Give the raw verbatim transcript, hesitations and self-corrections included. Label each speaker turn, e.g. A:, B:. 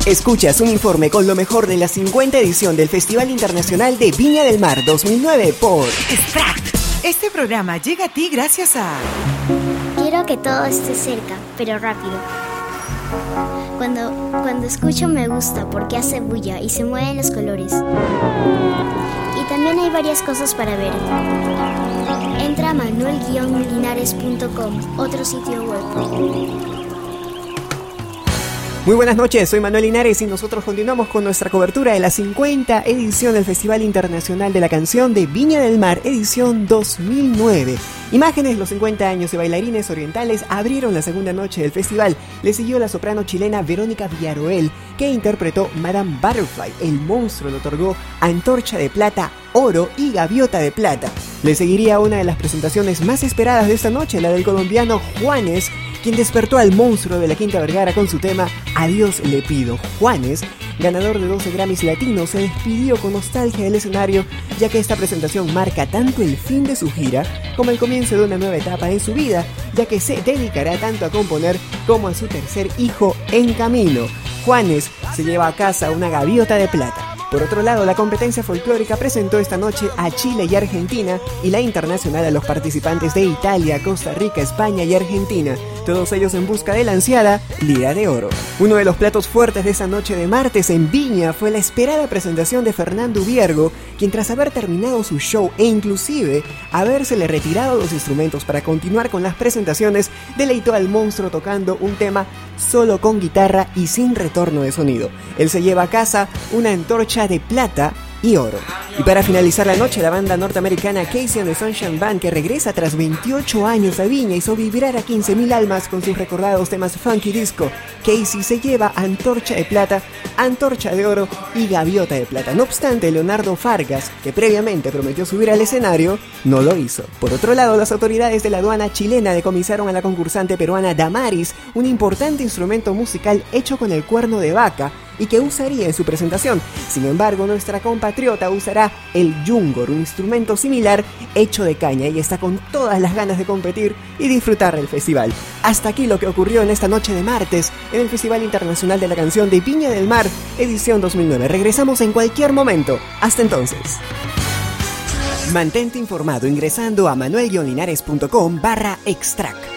A: Escuchas un informe con lo mejor de la cincuenta edición del Festival Internacional de Viña del Mar dos mil nueve por
B: Extract. Este programa llega a ti gracias a...
C: Quiero que todo esté cerca, pero rápido. Cuando, cuando escucho me gusta porque hace bulla y se mueven los colores. Y también hay varias cosas para ver. Entra a manuel guion linares punto com, otro sitio web.
A: Muy buenas noches, soy Manuel Linares y nosotros continuamos con nuestra cobertura de la cincuenta edición del Festival Internacional de la Canción de Viña del Mar, edición dos mil nueve. Imágenes, los cincuenta años de bailarines orientales abrieron la segunda noche del festival. Le siguió la soprano chilena Verónica Villarroel, que interpretó Madame Butterfly. El monstruo le otorgó Antorcha de Plata, Oro y Gaviota de Plata. Le seguiría una de las presentaciones más esperadas de esta noche, la del colombiano Juanes, quien despertó al monstruo de la Quinta Vergara con su tema A Dios le pido. Juanes, ganador de doce Grammys latinos, se despidió con nostalgia del escenario, ya que esta presentación marca tanto el fin de su gira como el comienzo de una nueva etapa en su vida, ya que se dedicará tanto a componer como a su tercer hijo en camino. Juanes se lleva a casa una gaviota de plata. Por otro lado, la competencia folclórica presentó esta noche a Chile y Argentina y la internacional a los participantes de Italia, Costa Rica, España y Argentina, todos ellos en busca de la ansiada Lira de Oro. Uno de los platos fuertes de esa noche de martes en Viña fue la esperada presentación de Fernando Ubiergo, quien tras haber terminado su show e inclusive habérsele retirado los instrumentos para continuar con las presentaciones, deleitó al monstruo tocando un tema solo con guitarra y sin retorno de sonido. Él se lleva a casa una antorcha de plata y oro. Y para finalizar la noche, la banda norteamericana Casey and the Sunshine Band, que regresa tras veintiocho años a Viña, hizo vibrar a quince mil almas con sus recordados temas funky disco. Casey se lleva Antorcha de Plata, Antorcha de Oro y Gaviota de Plata. No obstante, Leonardo Fargas, que previamente prometió subir al escenario, no lo hizo. Por otro lado, las autoridades de la aduana chilena decomisaron a la concursante peruana Damaris, un importante instrumento musical hecho con el cuerno de vaca y que usaría en su presentación. Sin embargo, nuestra compatriota usará el yungor, un instrumento similar hecho de caña, y está con todas las ganas de competir y disfrutar del festival. Hasta aquí lo que ocurrió en esta noche de martes en el Festival Internacional de la Canción de Viña del Mar, edición dos mil nueve. Regresamos en cualquier momento. Hasta entonces. Mantente informado ingresando a manuel guion linares punto com barra extract.